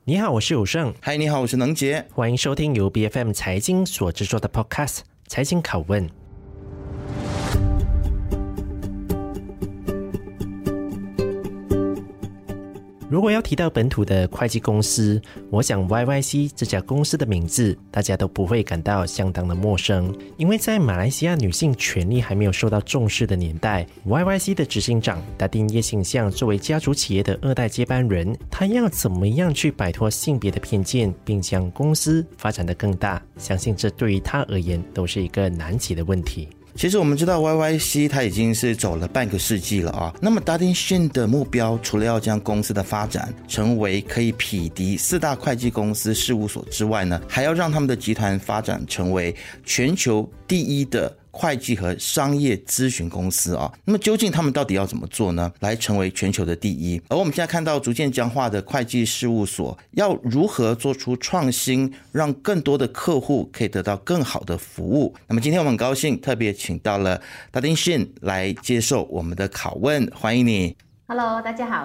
你好，我是武胜。 嗨，你好，我是能杰。 欢迎收听由 BFM 财经所制作的 Podcast 财经拷问。如果要提到本土的会计公司，我想 YYC 这家公司的名字大家都不会感到相当的陌生，因为在马来西亚女性权利还没有受到重视的年代， YYC 的执行长达丁叶信相作为家族企业的2代接班人，他要怎么样去摆脱性别的偏见，并将公司发展得更大，相信这对于他而言都是一个难解的问题。 其实我们知道 YYC 它已经是走了半个世纪了啊。那么达丁逊的目标除了要将公司的发展成为可以匹敌4大会计公司事务所之外呢，还要让他们的集团发展成为全球第一的会计和商业咨询公司啊。那么究竟他们到底要怎么做呢，来成为全球的第一？而我们现在看到逐渐僵化的会计事务所要如何做出创新，让更多的客户可以得到更好的服务。那么今天我们很高兴特别请到了达丁逊来接受我们的拷问，欢迎你。 Hello， 大家好。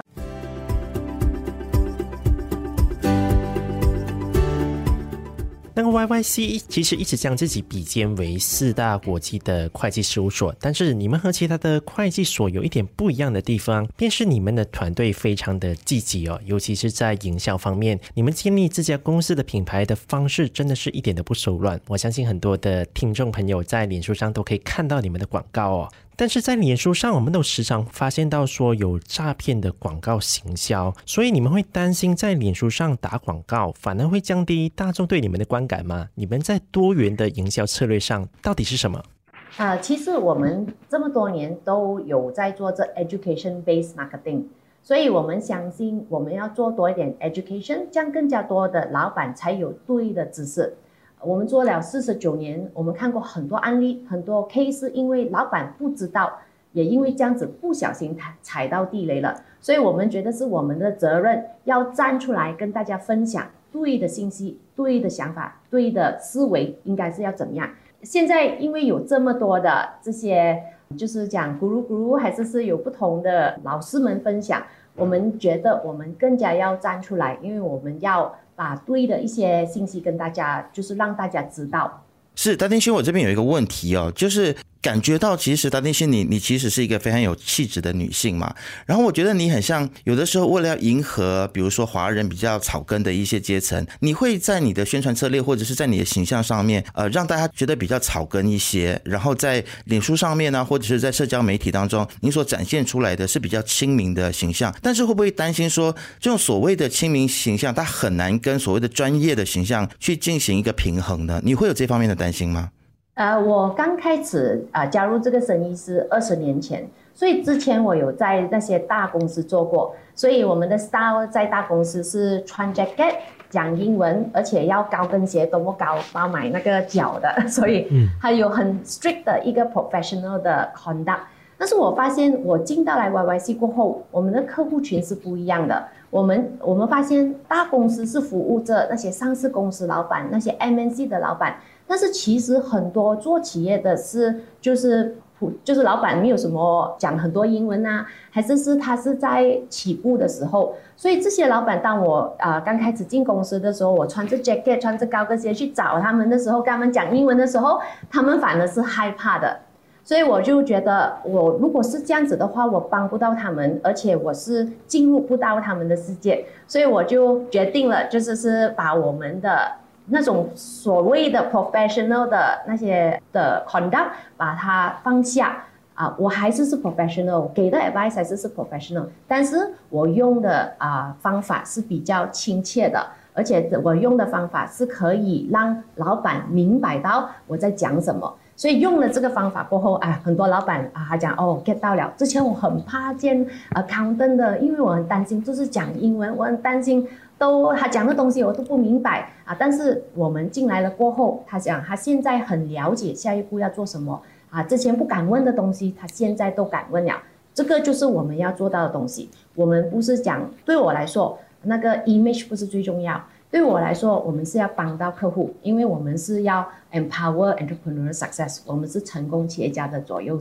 那个 YYC 其实一直将自己比肩为4大国际的会计事务所，但是你们和其他的会计所有一点不一样的地方，便是你们的团队非常的积极哦，尤其是在营销方面，你们建立这家公司的品牌的方式真的是一点都不手软。我相信很多的听众朋友在脸书上都可以看到你们的广告哦。但是在脸书上我们都时常发现到说有诈骗的广告行销，所以你们会担心在脸书上打广告反而会降低大众对你们的观感吗？你们在多元的营销策略上到底是什么？ 其实我们这么多年都有在做这 education based marketing， 所以我们相信我们要做多一点 education， 这样更加多的老板才有对的知识。我们做了49年，我们看过很多案例，很多 case 因为老板不知道，也因为这样子不小心踩到地雷了，所以我们觉得是我们的责任要站出来跟大家分享对的信息、对的想法、对的思维应该是要怎么样。现在因为有这么多的这些就是讲 guru 还是有不同的老师们分享，我们觉得我们更加要站出来，因为我们要把对的一些信息跟大家，就是让大家知道。 是达丁逊，我这边有一个问题哦，就是感觉到其实达丁逊你其实是一个非常有气质的女性嘛，然后我觉得你很像有的时候为了要迎合比如说华人比较草根的一些阶层，你会在你的宣传策略或者是在你的形象上面让大家觉得比较草根一些，然后在脸书上面呢，或者是在社交媒体当中你所展现出来的是比较亲民的形象，但是会不会担心说这种所谓的亲民形象它很难跟所谓的专业的形象去进行一个平衡呢？你会有这方面的担心吗？ 我刚开始加入这个生意是20年前，所以之前我有在那些大公司做过，所以我们的 style 在大公司是穿 jacket 讲英文，而且要高跟鞋多么高，包买那个脚的，所以还有很 strict 的一个 professional 的 conduct。但是我发现我进到来 YYC 过后，我们的客户群是不一样的。我们发现大公司是服务着那些上市公司老板，那些 MNC 的老板，但是其实很多做企业的就是老板没有什么讲很多英文啊，还是他是在起步的时候，所以这些老板当我刚开始进公司的时候，我穿着 jacket 穿着高跟鞋去找他们的时候，跟他们讲英文的时候，他们反而是害怕的。所以我就觉得我如果是这样子的话，我帮不到他们，而且我是进入不到他们的世界，所以我就决定了就是把我们的那种所谓的 professional 的那些的 conduct 把它放下我还是 professional， 给的 advice 还是 professional， 但是我用的方法是比较亲切的，而且我用的方法是可以让老板明白到我在讲什么。所以用了这个方法过后，很多老板他讲get 到了。之前我很怕见accountant 的，因为我很担心，就是讲英文，我很担心他讲的东西我都不明白但是我们进来了过后，他讲他现在很了解下一步要做什么之前不敢问的东西，他现在都敢问了。这个就是我们要做到的东西。我们不是讲，对我来说，那个 image 不是最重要。对我来说，我们是要帮到客户，因为我们是要 empower entrepreneurial success， 我们是成功企业家的左右手。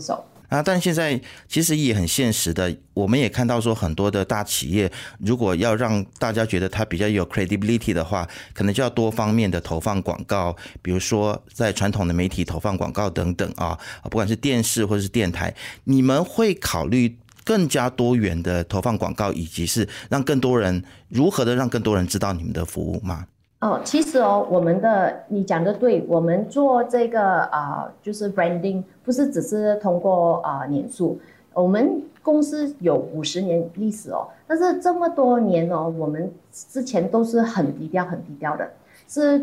但现在其实也很现实的，我们也看到说很多的大企业如果要让大家觉得它比较有 credibility 的话，可能就要多方面的投放广告，比如说在传统的媒体投放广告等等不管是电视或者是电台，你们会考虑更加多元的投放广告，以及是让更多人如何的让更多人知道你们的服务吗？ 其实我们的你讲的对，我们做这个就是 branding 不是只是通过年数，我们公司有50年历史但是这么多年我们之前都是很低调的，是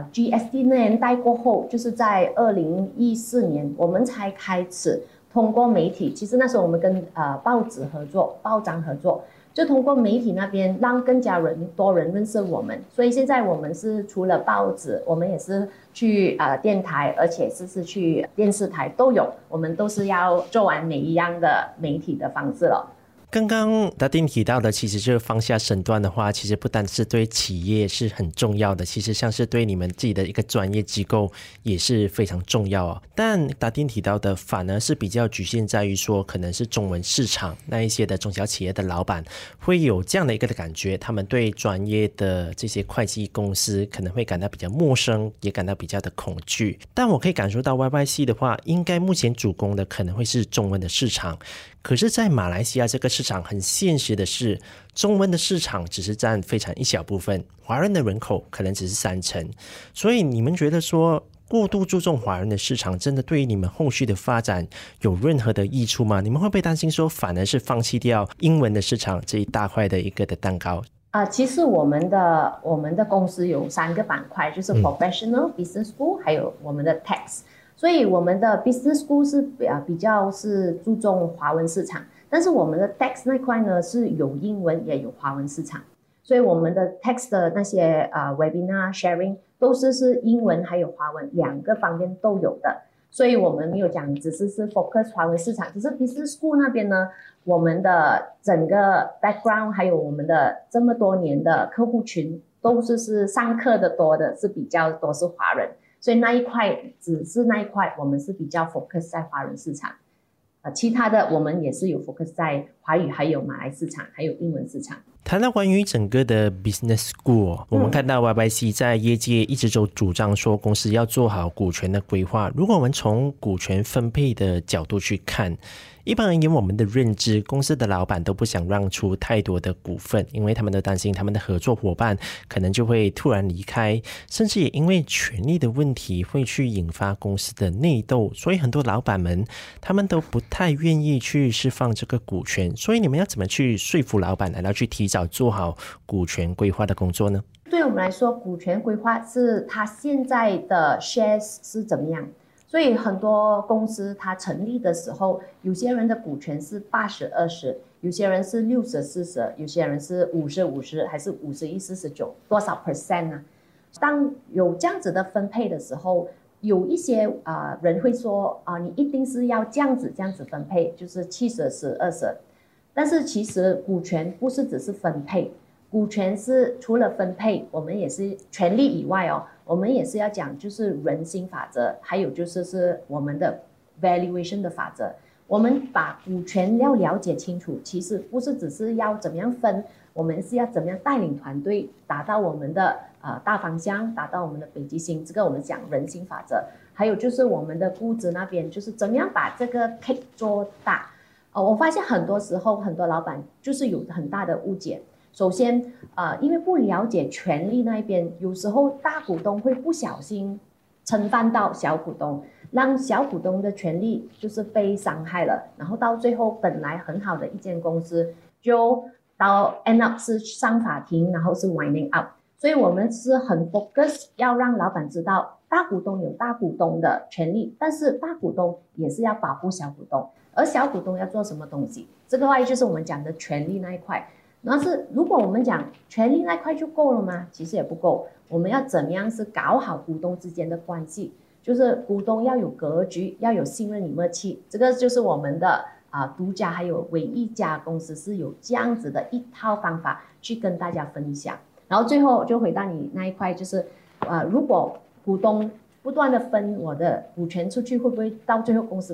GST 那年代过后，就是在2014年我们才开始通过媒体，其实那时候我们跟报章合作，就通过媒体那边让更加多人认识我们，所以现在我们是除了报纸，我们也是去电台，而且是去电视台都有，我们都是要做完每一样的媒体的方式了。 刚刚达丁提到的，其实就是放下身段的话，其实不单是对企业是很重要的，其实像是对你们自己的一个专业机构也是非常重要但达丁提到的反而是比较局限在于说，可能是中文市场那一些的中小企业的老板会有这样的一个的感觉，他们对专业的这些会计公司可能会感到比较陌生，也感到比较的恐惧。但我可以感受到 YYC 的话，应该目前主攻的可能会是中文的市场。可是在马来西亚这个市场很现实的是，中文的市场只是占非常一小部分，华人的人口可能只是30%，所以你们觉得说过度注重华人的市场真的对于你们后续的发展有任何的益处吗？你们会不会担心说反而是放弃掉英文的市场这一大块的一个的蛋糕？ 其实我们的公司有3个板块，就是 Professional Business School 还有我们的 Tax。所以我们的 Business School 是比较是注重华文市场，但是我们的 Tax 那块呢是有英文也有华文市场，所以我们的 Tax 的那些Webinar Sharing 都是英文还有华文2个方面都有的，所以我们没有讲只是 focus 华文市场，只是 Business School 那边呢，我们的整个 background 还有我们的这么多年的客户群都是上课的多的是比较多是华人，所以那一块只是那一块我们是比较 focus 在华人市场，其他的我们也是有 focus 在华语还有马来市场还有英文市场。 谈到关于整个的 business school，我们看到 YYC 在业界一直都主张说公司要做好股权的规划。如果我们从股权分配的角度去看，一般而言我们的认知，公司的老板都不想让出太多的股份，因为他们都担心他们的合作伙伴可能就会突然离开，甚至也因为权力的问题会去引发公司的内斗，所以很多老板们他们都不太愿意去释放这个股权。所以你们要怎么去说服老板来到去提早做好股权规划的工作呢？ 对我们来说，股权规划是他现在的 shares 是怎么样，所以很多公司它成立的时候，有些人的股权是80-20，有些人是60-40，有些人是50-50，还是51-49，多少 percent 呢？当有这样子的分配的时候，有一些人会说你一定是要这样子分配，就是70-20。但是其实股权不是只是分配，股权是除了分配，我们也是权利以外我们也是要讲就是人性法则，还有就是我们的 valuation 的法则。我们把股权要了解清楚，其实不是只是要怎么样分，我们是要怎么样带领团队达到我们的大方向，达到我们的北极星，这个我们讲人性法则。还有就是我们的估值那边，就是怎么样把这个 cake 做大。我发现很多时候很多老板就是有很大的误解。首先因为不了解权利那一边，有时候大股东会不小心侵犯到小股东，让小股东的权利就是被伤害了，然后到最后本来很好的一间公司就到 end up 是上法庭，然后是 winding up。 所以我们是很 focus 要让老板知道大股东有大股东的权利，但是大股东也是要保护小股东，而小股东要做什么东西，这个话就是我们讲的权利那一块。然后是如果我们讲权利那一块就够了吗？其实也不够，我们要怎么样是搞好股东之间的关系，就是股东要有格局，要有信任与默契，这个就是我们的独家还有唯一家公司是有这样子的一套方法去跟大家分享。然后最后就回到你那一块，就是如果股东不断的分我的股权出去，会不会到最后公司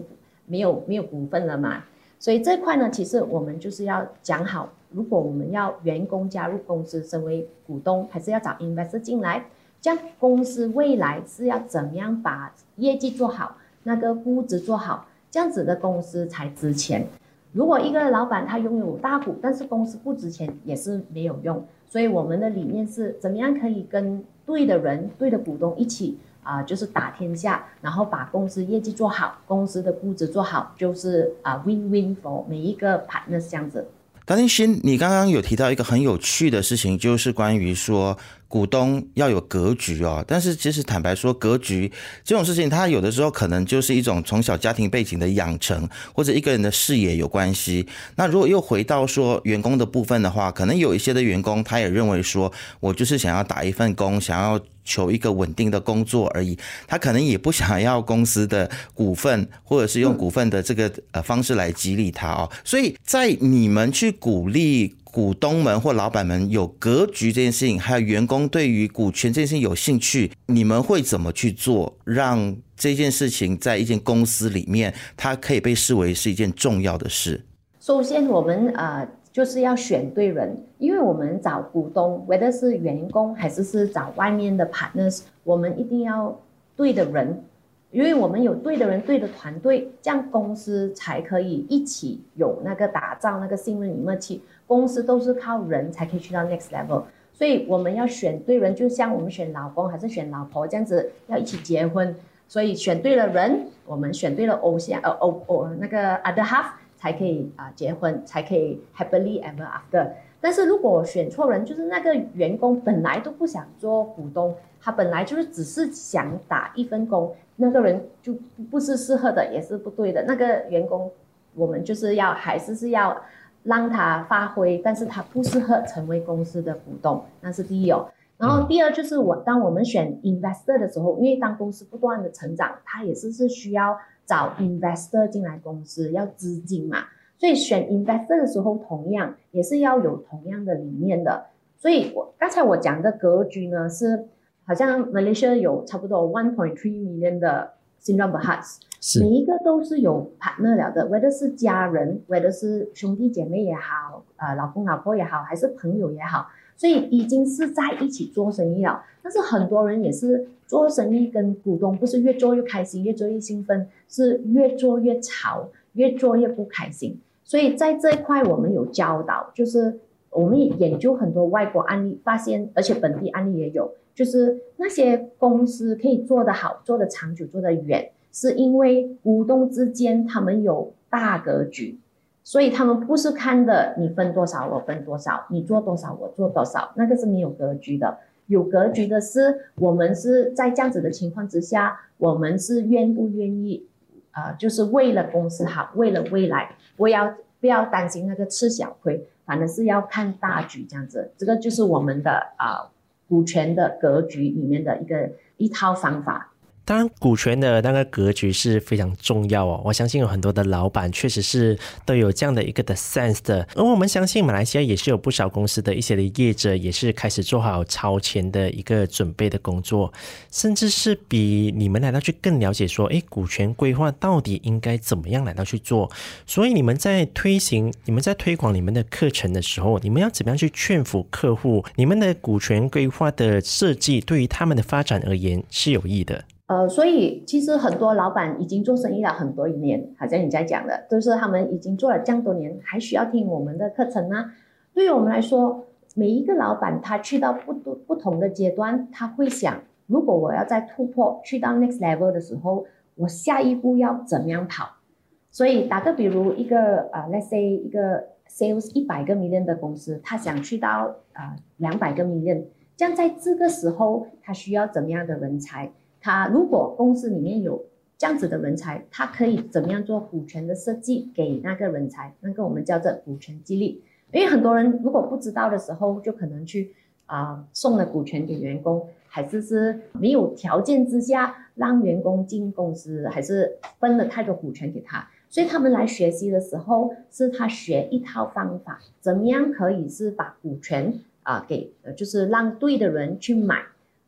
没有股份了嘛。所以这块呢，其实我们就是要讲好，如果我们要员工加入公司成为股东，还是要找 investor 进来，这样公司未来是要怎么样把业绩做好，那个估值做好，这样子的公司才值钱。如果一个老板他拥有大股，但是公司不值钱，也是没有用。所以我们的理念是怎么样可以跟对的人、对的股东一起就是打天下，然后把公司业绩做好，公司的估值做好，就是win-win for 每一个 partner 这样子。 达天勋，你刚刚有提到一个很有趣的事情，就是关于说股东要有格局哦。但是其实坦白说，格局这种事情，它有的时候可能就是一种从小家庭背景的养成，或者一个人的视野有关系。那如果又回到说员工的部分的话，可能有一些的员工他也认为说，我就是想要打一份工，想要求一个稳定的工作而已，他可能也不想要公司的股份，或者是用股份的这个方式来激励他哦。所以在你们去鼓励股东们或老板们有格局这件事情，还有员工对于股权这件事情有兴趣，你们会怎么去做，让这件事情在一间公司里面，它可以被视为是一件重要的事？ 首先我们就是要选对人，因为我们找股东 whether 是员工还是找外面的 partners， 我们一定要对的人，因为我们有对的人对的团队，这样公司才可以一起有那个打造那个信任与默契。公司都是靠人才可以去到 next level， 所以我们要选对人，就像我们选老公还是选老婆这样子，要一起结婚，所以选对了人，我们选对了偶像那个 other half，才可以结婚，才可以 happily ever after。但是如果选错人，就是那个员工本来都不想做股东，他本来就是只是想打一份工，那个人就不是适合的，也是不对的。那个员工我们就是还是要让他发挥，但是他不适合成为公司的股东，那是第一哦。然后第二就是当我们选 investor 的时候，因为当公司不断的成长，他也是需要找 investor 进来公司，要资金嘛，所以选 investor 的时候同样也是要有同样的理念的。所以刚才我讲的格局呢，是好像 Malaysia 有差不多 1.3 million 的 Sdn Bhd， 每一个都是有 partner 了的， whether 是家人 whether 是兄弟姐妹也好，老公老婆也好，还是朋友也好，所以已经是在一起做生意了。但是很多人也是做生意跟股东不是越做越开心，越做越兴奋，是越做越吵，越做越不开心。所以在这一块我们有教导，就是我们研究很多外国案例，发现而且本地案例也有，就是那些公司可以做得好，做得长久，做得远，是因为股东之间他们有大格局，所以他们不是看的你分多少我分多少，你做多少我做多少，那个是没有格局的。有格局的是我们是在这样子的情况之下，我们是愿不愿意就是为了公司好，为了未来，不要担心那个吃小亏，反而是要看大局这样子。这个就是我们的股权的格局里面的一套方法。 当然股权的那个格局是非常重要哦，我相信有很多的老板确实是都有这样的一个的 sense 的，而我们相信马来西亚也是有不少公司的一些的业者也是开始做好超前的一个准备的工作，甚至是比你们来到去更了解说股权规划到底应该怎么样来到去做。所以你们在推广你们的课程的时候，你们要怎么样去劝服客户，你们的股权规划的设计对于他们的发展而言是有益的？ 所以其实很多老板已经做生意了很多年，好像你在讲的，就是他们已经做了这样多年，还需要听我们的课程呢。对于我们来说，每一个老板他去到不同的阶段，他会想，如果我要再突破去到 next level 的时候，我下一步要怎么样跑。所以打个比如一个let's say 一个 sales 100个 million 的公司，他想去到200个 million， 这样在这个时候他需要怎么样的人才，他如果公司里面有这样子的人才，他可以怎么样做股权的设计给那个人才，那个我们叫做股权激励。因为很多人如果不知道的时候，就可能去送了股权给员工，还是没有条件之下让员工进公司，还是分了太多股权给他。所以他们来学习的时候，是他学一套方法，怎么样可以是把股权就是让对的人去买，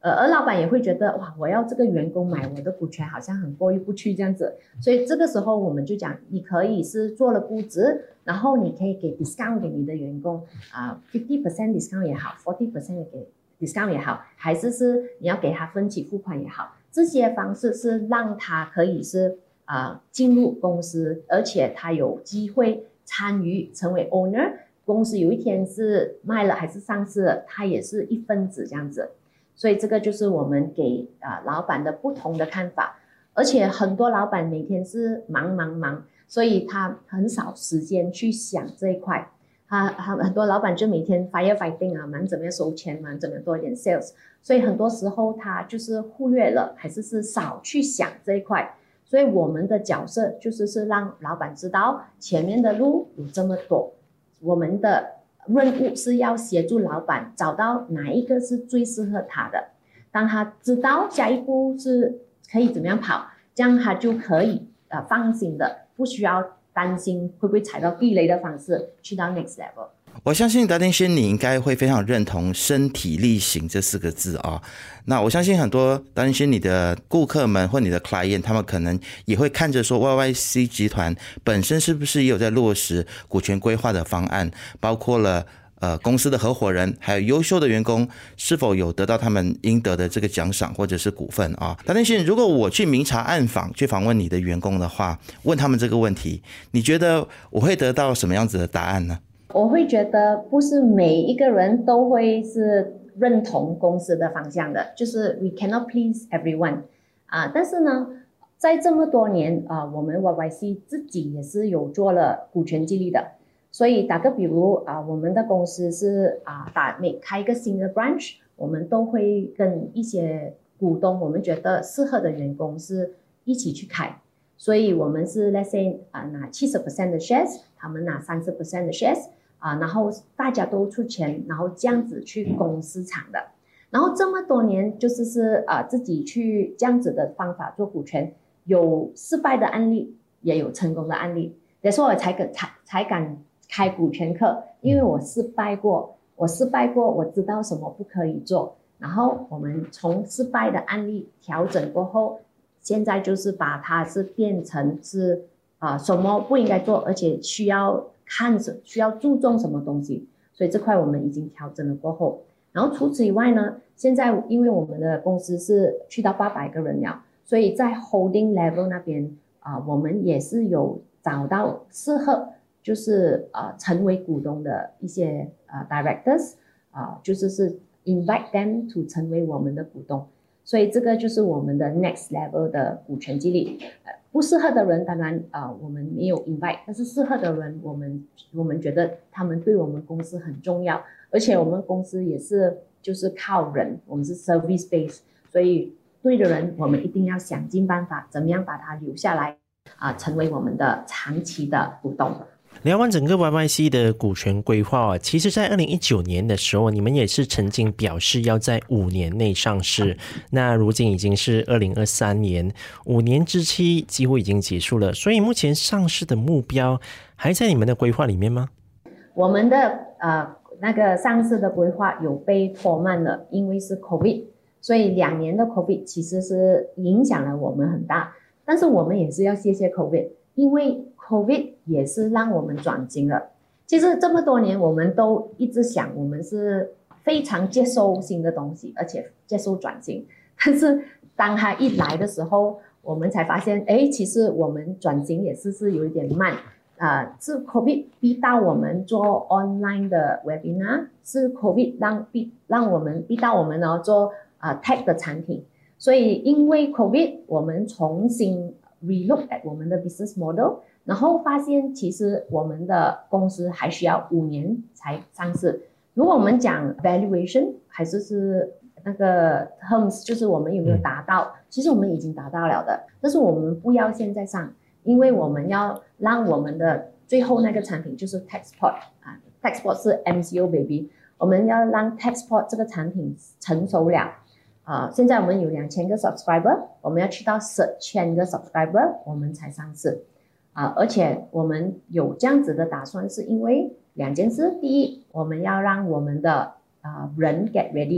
而老板也会觉得哇，我要这个员工买我的股权好像很过意不去这样子，所以这个时候我们就讲，你可以是做了估值，然后你可以给 discount 给你的员工50% discount 也好 40% 也给 discount 也好，还是你要给他分期付款也好，这些方式是让他可以是进入公司，而且他有机会参与成为 owner， 公司有一天是卖了还是上市了，他也是一份子这样子。所以这个就是我们给老板的不同的看法，而且很多老板每天是忙，所以他很少时间去想这一块。很多老板就每天 firefighting 忙怎么样收钱，忙怎么样多一点 sales， 所以很多时候他就是忽略了，还是少去想这一块。所以我们的角色就是让老板知道前面的路有这么多，我们的任务是要协助老板找到哪一个是最适合他的，当他知道下一步是可以怎么样跑，这样他就可以放心的，不需要担心会不会踩到地雷的方式去到 next level。 我相信达丁轩你应该会非常认同身体力行这4个字啊。那我相信很多达丁轩你的顾客们或你的 client， 他们可能也会看着说 YYC 集团本身是不是也有在落实股权规划的方案，包括了公司的合伙人还有优秀的员工是否有得到他们应得的这个奖赏或者是股份啊。达丁轩，如果我去明察暗访去访问你的员工的话，问他们这个问题，你觉得我会得到什么样子的答案呢？ 我会觉得不是每一个人都会是认同公司的方向的，就是 we cannot please everyone 但是呢，在这么多年我们 YYC 自己也是有做了股权激励的，所以打个比如我们的公司是每开一个新的 branch， 我们都会跟一些股东，我们觉得适合的员工是一起去开，所以我们是 let's say 拿 70% 的 shares， 他们拿 30% 的 shares然后大家都出钱，然后这样子去攻市场的。然后这么多年就是自己去这样子的方法做股权，有失败的案例，也有成功的案例。所以说我才敢开股权课，因为我失败过，我知道什么不可以做。然后我们从失败的案例调整过后，现在就是把它是变成是什么不应该做，而且需要注重什么东西，所以这块我们已经调整了过后。然后除此以外呢，现在因为我们的公司是去到800个人了，所以在 holding level 那边我们也是有找到适合就是成为股东的一些directors就是 invite them to 成为我们的股东，所以这个就是我们的 next level 的股权激励。不适合的人当然我们没有 invite， 但是适合的人我们觉得他们对我们公司很重要，而且我们公司也是就是靠人，我们是 service base， 所以对的人我们一定要想尽办法怎么样把他留下来成为我们的长期的股东。 聊完整个 YYC 的股权规划其实在2019年的时候，你们也是曾经表示要在5年内上市，那如今已经是2023年，5年之期几乎已经结束了，所以目前上市的目标还在你们的规划里面吗？ 我们的那个上市的规划有被拖慢了，因为是 COVID， 所以2年的 COVID 其实是影响了我们很大，但是我们也是要谢谢 COVID， 因为 COVID 也是让我们转型了。其实这么多年我们都一直想我们是非常接受新的东西，而且接受转型，但是当它一来的时候，我们才发现其实我们转型也是有一点慢是 COVID 逼到我们做 online 的 webinar， 是 COVID 让我们逼到我们做tech 的产品，所以因为 COVID 我们重新 relook at 我们的 business model， 然后发现其实我们的公司还需要5年才上市。如果我们讲 valuation 还是那个 terms， 就是我们有没有达到，其实我们已经达到了的，但是我们不要现在上，因为我们要让我们的最后那个产品就是 Taxport Taxport 是 MCO baby， 我们要让 Taxport 这个产品成熟了现在我们有2000个 subscriber， 我们要去到10,000个 subscriber 我们才上市而且我们有这样子的打算是因为2件事，第一，我们要让我们的人 get ready，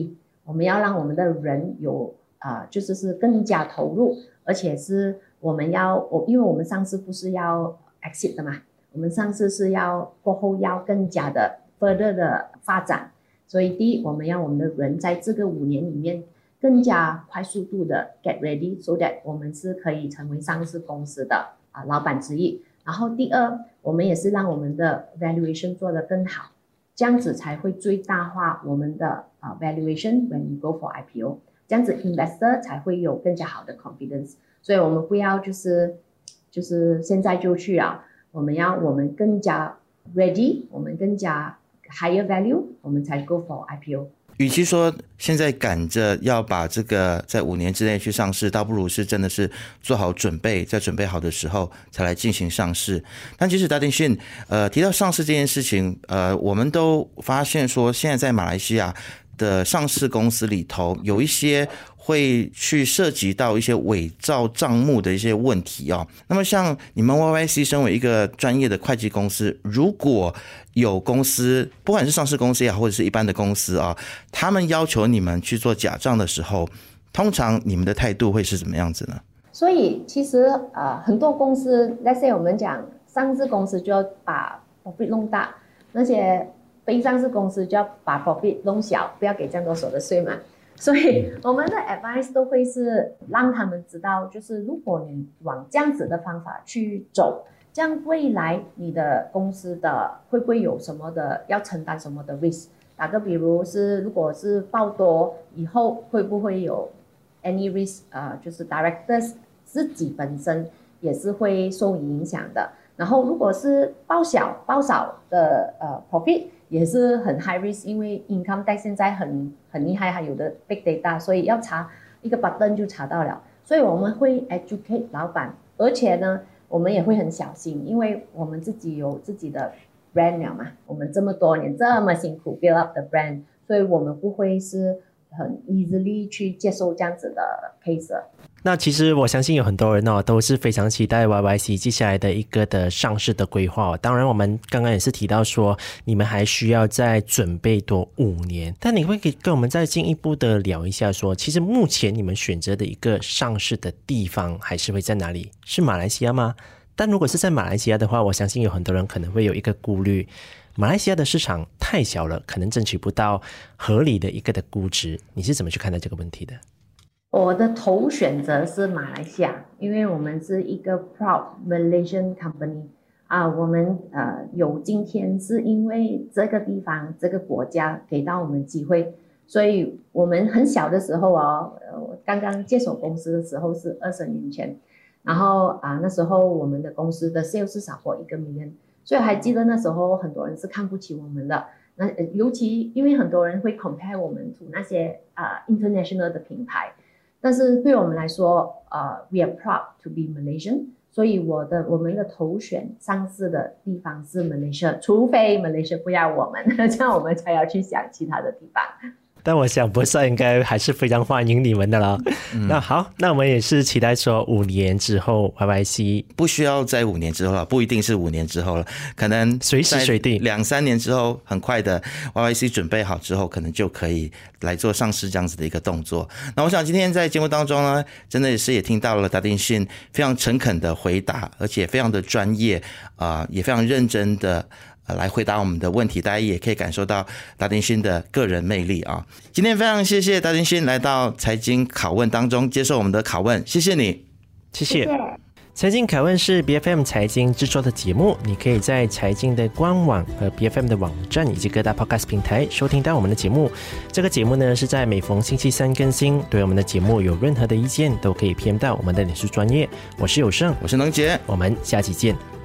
我们要让我们的人有就是更加投入，而且是我们因为我们上市不是要 exit 的嘛，我们上市是要过后要更加的 further 的发展，所以第一，我们要我们的人在这个5年里面更加快速度的 get ready so that 我们是可以成为上市公司的老板之一。然后第二，我们也是让我们的 valuation 做得更好，这样子才会最大化我们的valuation when you go for IPO， 这样子 investor 才会有更加好的 confidence。所以我们不要就是现在就去啊，我们更加 ready， 我们更加 higher value， 我们才 go for IPO。 与其说现在赶着要把这个在5年之内去上市，倒不如是真的是做好准备，在准备好的时候才来进行上市。但其实达丁逊提到上市这件事情，我们都发现说现在在马来西亚的上市公司里头有一些会去涉及到一些伪造账目的一些问题哦。那么像你们 YYC 身为一个专业的会计公司，如果有公司不管是上市公司也好或者是一般的公司啊，他们要求你们去做假账的时候，通常你们的态度会是怎么样子呢？ 所以其实很多公司 let's say 我们讲上市公司就要把 profit 弄大，那些非上市公司就要把 profit 弄小，不要给这样多所得税嘛。所以我们的 advice 都会是让他们知道，就是如果你往这样子的方法去走，这样未来你的公司的会不会有什么的要承担什么的 risk？ 打个比如是如果是爆多以后会不会有 any risk？ 就是 directors 自己本身也是会受影响的。然后如果是爆少的profit 也是很 high risk， 因为 income tax 现在很厉害，还有的 big data， 所以要查一个 button 就查到了。所以我们会 educate 老板，而且呢我们也会很小心，因为我们自己有自己的 brand 了嘛，我们这么多年这么辛苦 build up the brand， 所以我们不会是很 easily 去接受这样子的 case。 那其实我相信有很多人都是非常期待 YYC 接下来的一个的上市的规划。当然我们刚刚也是提到说你们还需要再准备多5年，但你会跟我们再进一步的聊一下说，其实目前你们选择的一个上市的地方还是会在哪里？是马来西亚吗？但如果是在马来西亚的话，我相信有很多人可能会有一个顾虑，马来西亚的市场太小了，可能争取不到合理的一个的估值。你是怎么去看待这个问题的？ 我的头选择是马来西亚，因为我们是一个 proud Malaysian company 我们有今天是因为这个地方这个国家给到我们机会，所以我们很小的时候我刚刚接手公司的时候是20年前，然后那时候我们的公司的 sales 是少过1个 million， 所以还记得那时候很多人是看不起我们的，那尤其因为很多人会 compare 我们 to 那些international 的品牌。但是对我们来说we are proud to be Malaysian， 所以我们的头选上市的地方是 Malaysia， 除非 Malaysia 不要我们，这样我们才要去想其他的地方。 但我想博士应该还是非常欢迎你们的了。那好，那我们也是期待说5年之后 YYC 不需要在5年之后了，不一定是5年之后了，可能随时随地 2-3年之后，很快的 YYC 准备好之后，可能就可以来做上市这样子的一个动作。那我想今天在节目当中呢，真的也听到了达丁逊非常诚恳的回答，而且非常的专业也非常认真的来回答我们的问题，大家也可以感受到达丁逊的个人魅力啊！今天非常谢谢达丁逊来到财经拷问当中接受我们的拷问，谢谢你， 谢谢。财经拷问是 BFM 财经制作的节目，你可以在财经的官网和 BFM 的网站以及各大 podcast 平台收听到我们的节目。这个节目呢是在每逢星期三更新，对我们的节目有任何的意见都可以PM到我们的脸书专页。我是有胜， 我是能杰， 我们下期见。